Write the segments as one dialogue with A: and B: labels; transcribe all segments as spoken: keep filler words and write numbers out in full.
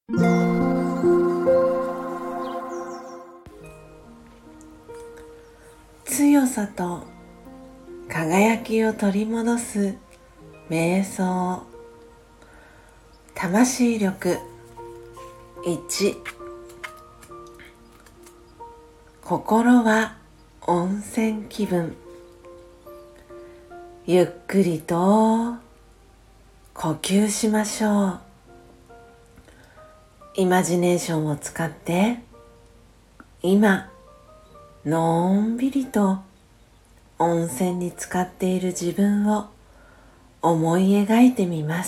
A: 強さと輝きを取り戻す瞑想。魂力いち。心は温泉気分。ゆっくりと呼吸しましょう。イマジネーションを使って今のんびりと温泉に浸かっている自分を思い描いてみます。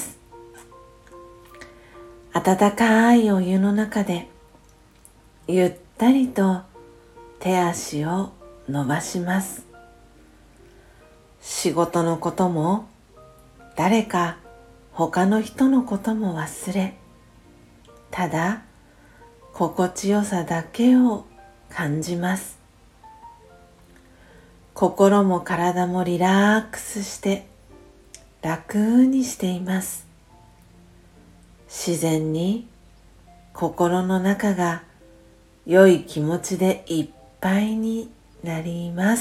A: 温かいお湯の中でゆったりと手足を伸ばします。仕事のことも誰か他の人のことも忘れ、ただ心地よさだけを感じます。心も体もリラックスして楽にしています。自然に心の中が良い気持ちでいっぱいになります。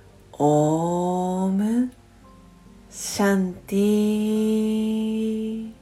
A: オームシャンティー。